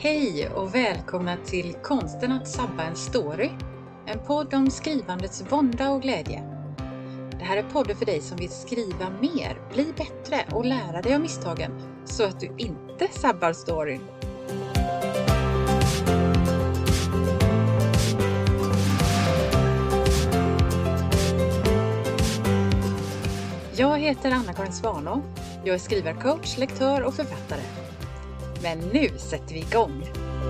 Hej och välkomna till Konsten att sabba en story. En podd om skrivandets vånda och glädje. Det här är podden för dig som vill skriva mer, bli bättre och lära dig av misstagen så att du inte sabbar storyn. Jag heter Anna-Karin Svanå. Jag är skrivarcoach, lektör och författare. Men nu sätter vi igång!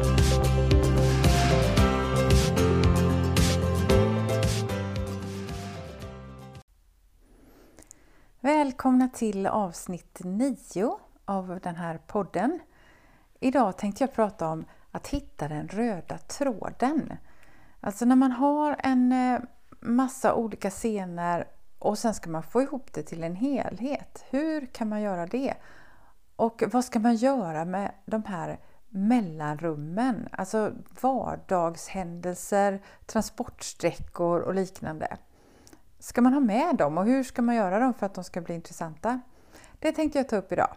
Välkomna till avsnitt 9 av den här podden. Idag tänkte jag prata om att hitta den röda tråden. Alltså när man har en massa olika scener och sen ska man få ihop det till en helhet. Hur kan man göra det? Och vad ska man göra med de här mellanrummen? Alltså vardagshändelser, transportsträckor och liknande. Ska man ha med dem och hur ska man göra dem för att de ska bli intressanta? Det tänkte jag ta upp idag.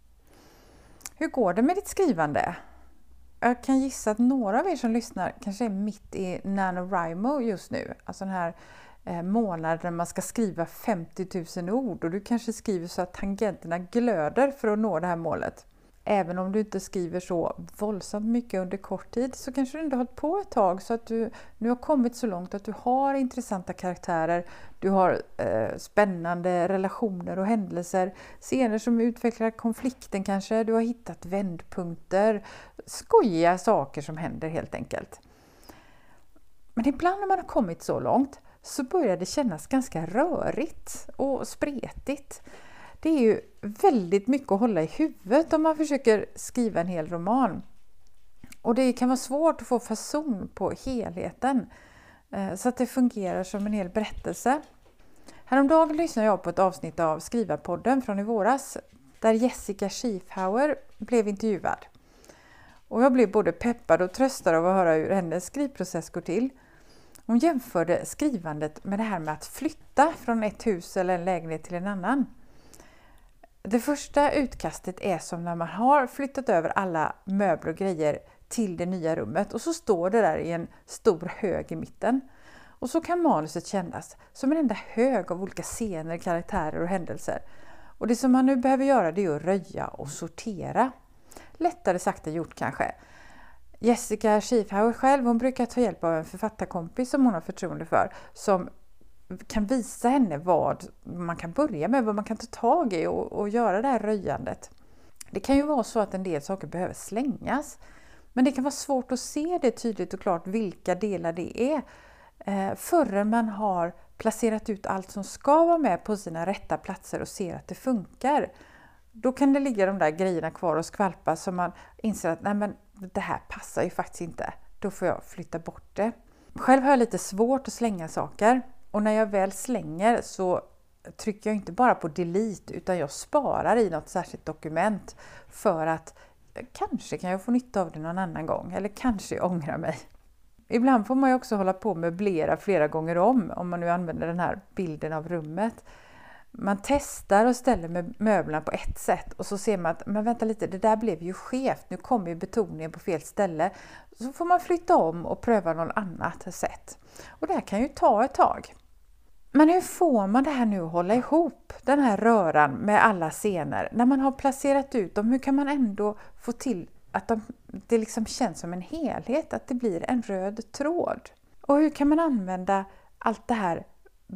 Hur går det med ditt skrivande? Jag kan gissa att några av er som lyssnar kanske är mitt i NaNoWriMo just nu. Alltså den här månaden där man ska skriva 50 000 ord och du kanske skriver så att tangenterna glöder för att nå det här målet. Även om du inte skriver så våldsamt mycket under kort tid så kanske du inte har hållit på ett tag så att du nu har kommit så långt att du har intressanta karaktärer, du har spännande relationer och händelser, scener som utvecklar konflikten kanske, du har hittat vändpunkter, skojiga saker som händer helt enkelt. Men ibland när man har kommit så långt så börjar det kännas ganska rörigt och spretigt. Det är ju väldigt mycket att hålla i huvudet om man försöker skriva en hel roman. Och det kan vara svårt att få fason på helheten så att det fungerar som en hel berättelse. Häromdagen lyssnade jag på ett avsnitt av Skrivarpodden från i våras där Jessica Schiefauer blev intervjuad. Och jag blev både peppad och tröstad av att höra hur hennes skrivprocess går till. Hon jämförde skrivandet med det här med att flytta från ett hus eller en lägenhet till en annan. Det första utkastet är som när man har flyttat över alla möbler och grejer till det nya rummet och så står det där i en stor hög i mitten. Och så kan manuset kännas som en enda hög av olika scener, karaktärer och händelser. Och det som man nu behöver göra det är att röja och sortera. Lättare sagt än gjort kanske. Jessica Schiefauer själv, hon brukar ta hjälp av en författarkompis som hon har förtroende för som kan visa henne vad man kan börja med, vad man kan ta tag i och göra det här röjandet. Det kan ju vara så att en del saker behöver slängas, men det kan vara svårt att se det tydligt och klart vilka delar det är förrän man har placerat ut allt som ska vara med på sina rätta platser och ser att det funkar. Då kan det ligga de där grejerna kvar och skvalpa som man inser att nej men det här passar ju faktiskt inte. Då får jag flytta bort det. Själv har jag lite svårt att slänga saker. Och när jag väl slänger så trycker jag inte bara på delete utan jag sparar i något särskilt dokument för att kanske kan jag få nytta av det någon annan gång. Eller kanske ångra mig. Ibland får man ju också hålla på och möblera flera gånger om man nu använder den här bilden av rummet. Man testar och ställer möblerna på ett sätt och så ser man att men vänta lite, det där blev ju skevt, nu kommer ju betoningen på fel ställe. Så får man flytta om och pröva någon annat sätt. Och det här kan ju ta ett tag. Men hur får man det här nu att hålla ihop, den här röran med alla scener? När man har placerat ut dem, hur kan man ändå få till att det liksom känns som en helhet, att det blir en röd tråd? Och hur kan man använda allt det här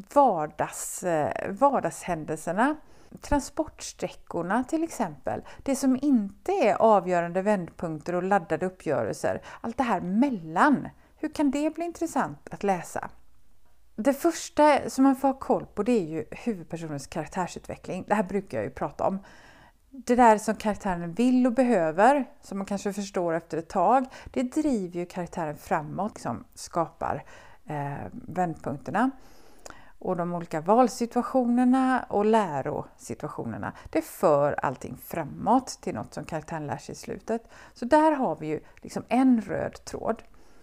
vardagshändelserna, transportsträckorna till exempel, det som inte är avgörande vändpunkter och laddade uppgörelser, allt det här mellan, hur kan det bli intressant att läsa? Det första som man får ha koll på det är ju huvudpersonens karaktärsutveckling. Det här brukar jag ju prata om. Det där som karaktären vill och behöver, som man kanske förstår efter ett tag, det driver ju karaktären framåt, som skapar vändpunkterna. Och de olika valsituationerna och lärosituationerna, det för allting framåt till något som karaktären lär sig i slutet. Så där har vi ju liksom en röd tråd.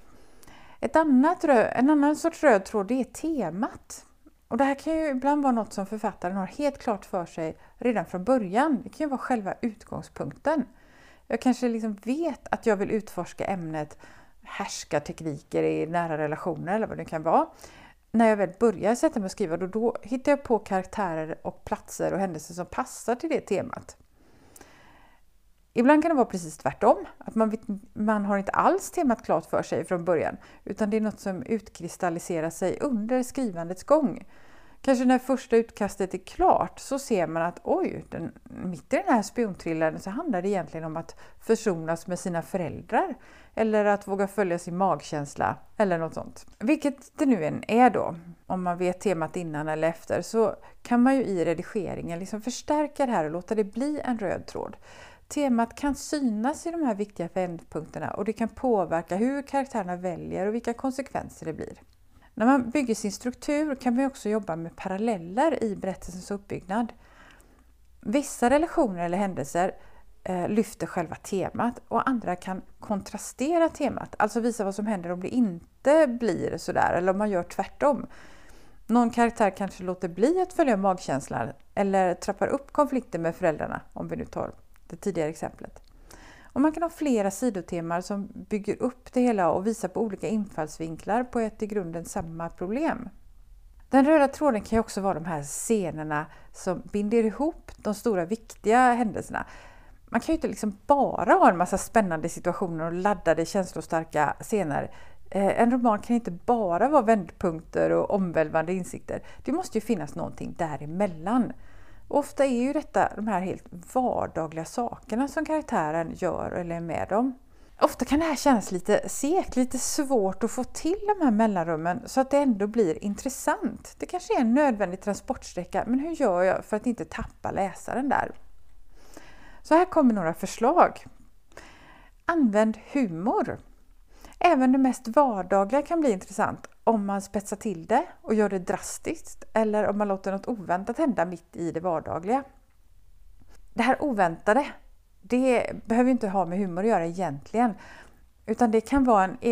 En annan sorts röd tråd är temat. Och det här kan ju ibland vara något som författaren har helt klart för sig redan från början. Det kan ju vara själva utgångspunkten. Jag kanske liksom vet att jag vill utforska ämnet härskartekniker i nära relationer eller vad det kan vara. När jag väl börjar sätta mig och skriva då hittar jag på karaktärer och platser och händelser som passar till det temat. Ibland kan det vara precis tvärtom, att man har inte alls temat klart för sig från början, utan det är något som utkristalliserar sig under skrivandets gång. Kanske när första utkastet är klart så ser man att mitt i den här spionthrillern så handlar det egentligen om att försonas med sina föräldrar eller att våga följa sin magkänsla eller något sånt. Vilket det nu än är då, om man vet temat innan eller efter, så kan man ju i redigeringen liksom förstärka det här och låta det bli en röd tråd. Temat kan synas i de här viktiga vändpunkterna och det kan påverka hur karaktärerna väljer och vilka konsekvenser det blir. När man bygger sin struktur kan man också jobba med paralleller i berättelsens uppbyggnad. Vissa relationer eller händelser lyfter själva temat och andra kan kontrastera temat. Alltså visa vad som händer om det inte blir sådär eller om man gör tvärtom. Någon karaktär kanske låter bli att följa magkänslan eller trappar upp konflikter med föräldrarna, om vi nu tar det tidigare exemplet. Och man kan ha flera sidoteman som bygger upp det hela och visar på olika infallsvinklar på ett i grunden samma problem. Den röda tråden kan ju också vara de här scenerna som binder ihop de stora viktiga händelserna. Man kan ju inte liksom bara ha en massa spännande situationer och laddade känslostarka scener. En roman kan inte bara vara vändpunkter och omvälvande insikter. Det måste ju finnas någonting däremellan. Ofta är ju detta de här helt vardagliga sakerna som karaktären gör eller är med om. Ofta kan det här kännas lite segt, lite svårt att få till de här mellanrummen så att det ändå blir intressant. Det kanske är en nödvändig transportsträcka, men hur gör jag för att inte tappa läsaren där? Så här kommer några förslag. Använd humor. Även det mest vardagliga kan bli intressant om man spetsar till det och gör det drastiskt eller om man låter något oväntat hända mitt i det vardagliga. Det här oväntade, det behöver inte ha med humor att göra egentligen, utan det kan vara en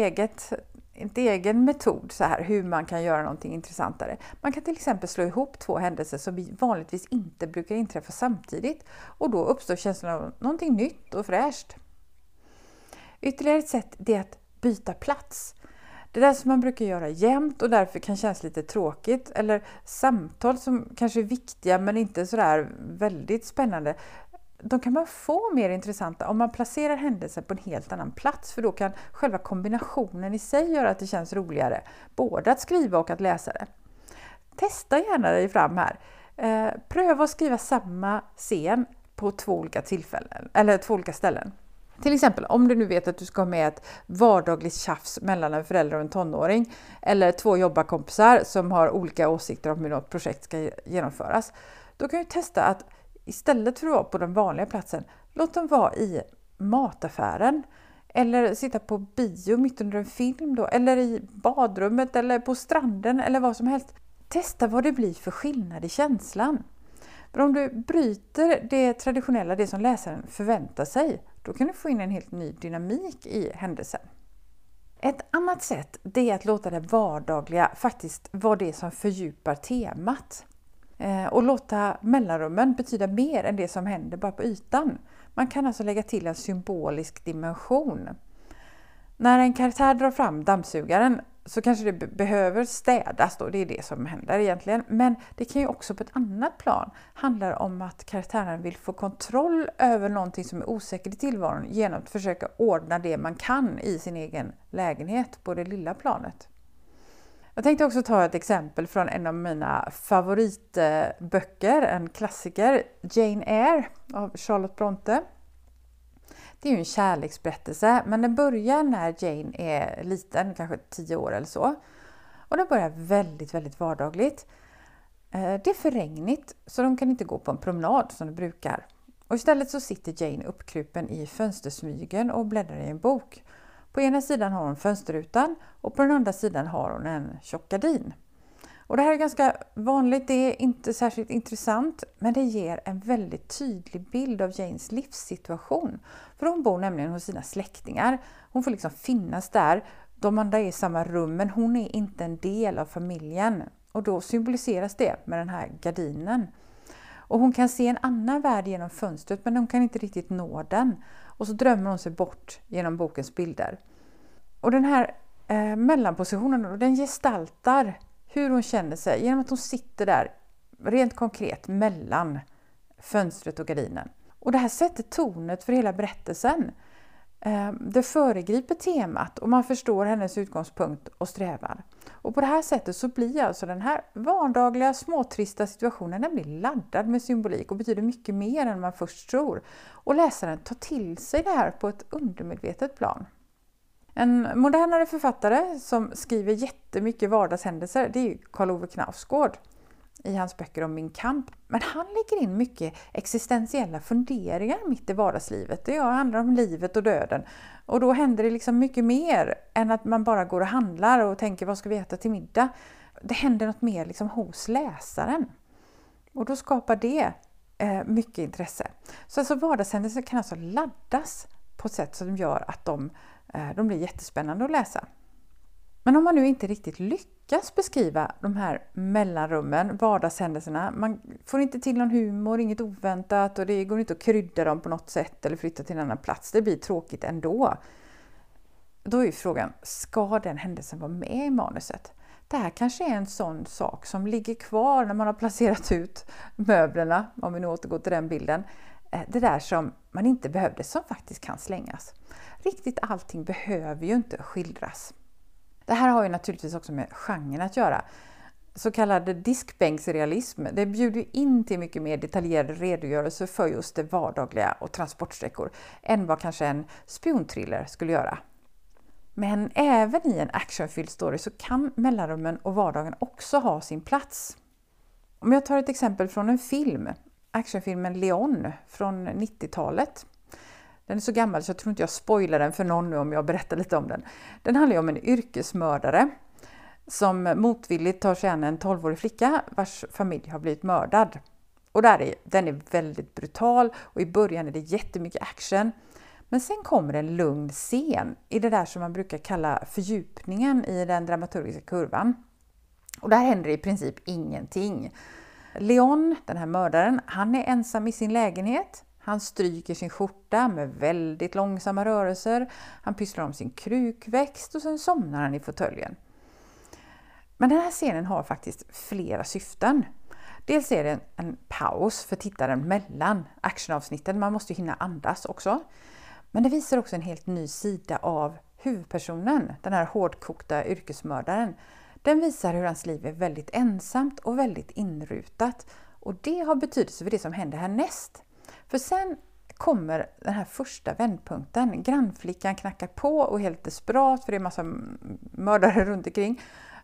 egen metod så här, hur man kan göra någonting intressantare. Man kan till exempel slå ihop två händelser som vanligtvis inte brukar inträffa samtidigt och då uppstår känslan av någonting nytt och fräscht. Ytterligare ett sätt är att byta plats. Det där som man brukar göra jämt och därför kan kännas lite tråkigt, eller samtal som kanske är viktiga men inte sådär väldigt spännande. De kan man få mer intressanta om man placerar händelsen på en helt annan plats, för då kan själva kombinationen i sig göra att det känns roligare, både att skriva och att läsa det. Testa gärna dig fram här. Pröva att skriva samma scen på två olika tillfällen eller två olika ställen. Till exempel om du nu vet att du ska ha med ett vardagligt tjafs mellan en förälder och en tonåring eller två jobbarkompisar som har olika åsikter om hur något projekt ska genomföras. Då kan du testa att istället för att vara på den vanliga platsen, låt dem vara i mataffären eller sitta på bio mitt under en film då, eller i badrummet eller på stranden eller vad som helst. Testa vad det blir för skillnad i känslan. För om du bryter det traditionella, det som läsaren förväntar sig, då kan du få in en helt ny dynamik i händelsen. Ett annat sätt det är att låta det vardagliga faktiskt vara det som fördjupar temat. Och låta mellanrummen betyda mer än det som händer bara på ytan. Man kan alltså lägga till en symbolisk dimension. När en karaktär drar fram dammsugaren så kanske det behöver städas då, det är det som händer egentligen. Men det kan ju också på ett annat plan handla om att karaktären vill få kontroll över någonting som är osäkert i tillvaron genom att försöka ordna det man kan i sin egen lägenhet på det lilla planet. Jag tänkte också ta ett exempel från en av mina favoritböcker, en klassiker, Jane Eyre av Charlotte Bronte. Det är ju en kärleksberättelse, men den börjar när Jane är liten, kanske 10 år eller så. Och den börjar väldigt, väldigt vardagligt. Det är för regnigt så de kan inte gå på en promenad som de brukar. Och istället så sitter Jane uppkrupen i fönstersmygen och bläddrar i en bok. På ena sidan har hon fönsterrutan och på den andra sidan har hon en tjock gardin. Och det här är ganska vanligt, det är inte särskilt intressant, men det ger en väldigt tydlig bild av Janes livssituation. För hon bor nämligen hos sina släktingar. Hon får liksom finnas där, de andra är i samma rum, men hon är inte en del av familjen. Och då symboliseras det med den här gardinen. Och hon kan se en annan värld genom fönstret, men hon kan inte riktigt nå den. Och så drömmer hon sig bort genom bokens bilder. Och den här mellanpositionen, den gestaltar hur hon känner sig genom att hon sitter där rent konkret mellan fönstret och gardinen. Och det här sätter tonet för hela berättelsen. Det föregriper temat och man förstår hennes utgångspunkt och strävan. Och på det här sättet så blir alltså den här vardagliga, småtrista situationen, den blir laddad med symbolik och betyder mycket mer än man först tror. Och läsaren tar till sig det här på ett undermedvetet plan. En modernare författare som skriver jättemycket vardagshändelser, det är Karl Ove Knausgård i hans böcker om Min kamp. Men han lägger in mycket existentiella funderingar mitt i vardagslivet. Det handlar om livet och döden. Och då händer det liksom mycket mer än att man bara går och handlar och tänker vad ska vi äta till middag. Det händer något mer liksom hos läsaren. Och då skapar det mycket intresse. Så alltså vardagshändelser kan alltså laddas på ett sätt som gör att de blir jättespännande att läsa. Men om man nu inte riktigt lyckas beskriva de här mellanrummen, vardagshändelserna, man får inte till någon humor, inget oväntat och det går inte att krydda dem på något sätt eller flytta till en annan plats, det blir tråkigt ändå. Då är ju frågan, ska den händelsen vara med i manuset? Det här kanske är en sån sak som ligger kvar när man har placerat ut möblerna, om vi nu återgår till den bilden. Det där som man inte behövde, som faktiskt kan slängas. Riktigt allting behöver ju inte skildras. Det här har ju naturligtvis också med genren att göra. Så kallad diskbänksrealism, det bjuder in till mycket mer detaljerade redogörelser för just det vardagliga och transportsträckor än vad kanske en spionthriller skulle göra. Men även i en actionfylld story så kan mellanrummen och vardagen också ha sin plats. Om jag tar ett exempel från en film, actionfilmen Leon från 90-talet. Den är så gammal så jag tror inte jag spoilar den för någon nu om jag berättar lite om den. Den handlar ju om en yrkesmördare som motvilligt tar sig an en 12-årig flicka vars familj har blivit mördad. Och den är väldigt brutal och i början är det jättemycket action. Men sen kommer en lugn scen i det där som man brukar kalla fördjupningen i den dramaturgiska kurvan. Och där händer i princip ingenting. Leon, den här mördaren, han är ensam i sin lägenhet. Han stryker sin skjorta med väldigt långsamma rörelser. Han pysslar om sin krukväxt och sen somnar han i fåtöljen. Men den här scenen har faktiskt flera syften. Dels är det en paus för tittaren mellan actionavsnitten. Man måste hinna andas också. Men det visar också en helt ny sida av huvudpersonen, den här hårdkokta yrkesmördaren. Den visar hur hans liv är väldigt ensamt och väldigt inrutat. Och det har betydelse för det som händer härnäst. För sen kommer den här första vändpunkten. Grannflickan knackar på och är helt desperat för det är en massa mördare runt omkring.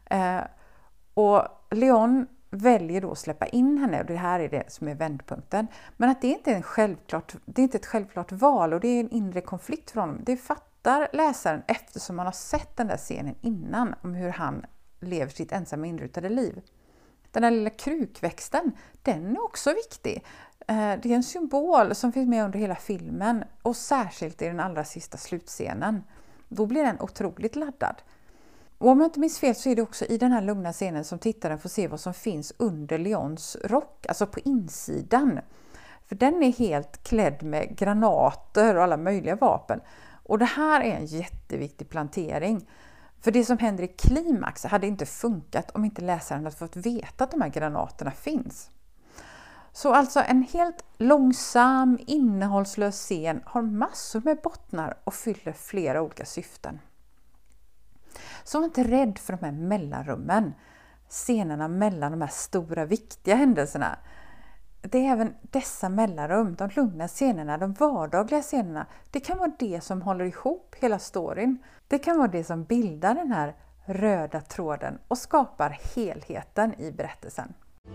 Och Leon väljer då att släppa in henne och det här är det som är vändpunkten. Men att det inte är ett självklart val och det är en inre konflikt för honom. Det fattar läsaren eftersom man har sett den där scenen innan om hur han lever sitt ensamma inrutade liv. Den här lilla krukväxten, den är också viktig. Det är en symbol som finns med under hela filmen och särskilt i den allra sista slutscenen. Då blir den otroligt laddad. Och om jag inte minns fel så är det också i den här lugna scenen som tittaren får se vad som finns under Leons rock, alltså på insidan. För den är helt klädd med granater och alla möjliga vapen. Och det här är en jätteviktig plantering. För det som händer i klimax hade inte funkat om inte läsaren hade fått veta att de här granaterna finns. Så alltså en helt långsam, innehållslös scen har massor med bottnar och fyller flera olika syften. Så var inte rädd för de här mellanrummen, scenerna mellan de här stora viktiga händelserna. Det är även dessa mellanrum, de lugna scenerna, de vardagliga scenerna. Det kan vara det som håller ihop hela storyn. Det kan vara det som bildar den här röda tråden och skapar helheten i berättelsen.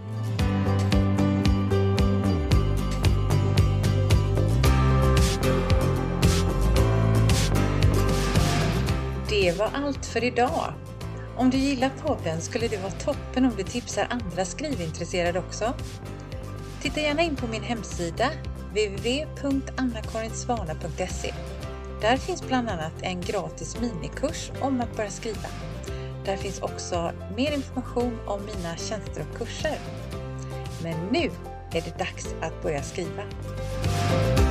Det var allt för idag. Om du gillar podden skulle det vara toppen om du tipsar andra skrivintresserade också. Titta gärna in på min hemsida www.annakarinsvana.se. Där finns bland annat en gratis minikurs om att börja skriva. Där finns också mer information om mina tjänster och kurser. Men nu är det dags att börja skriva.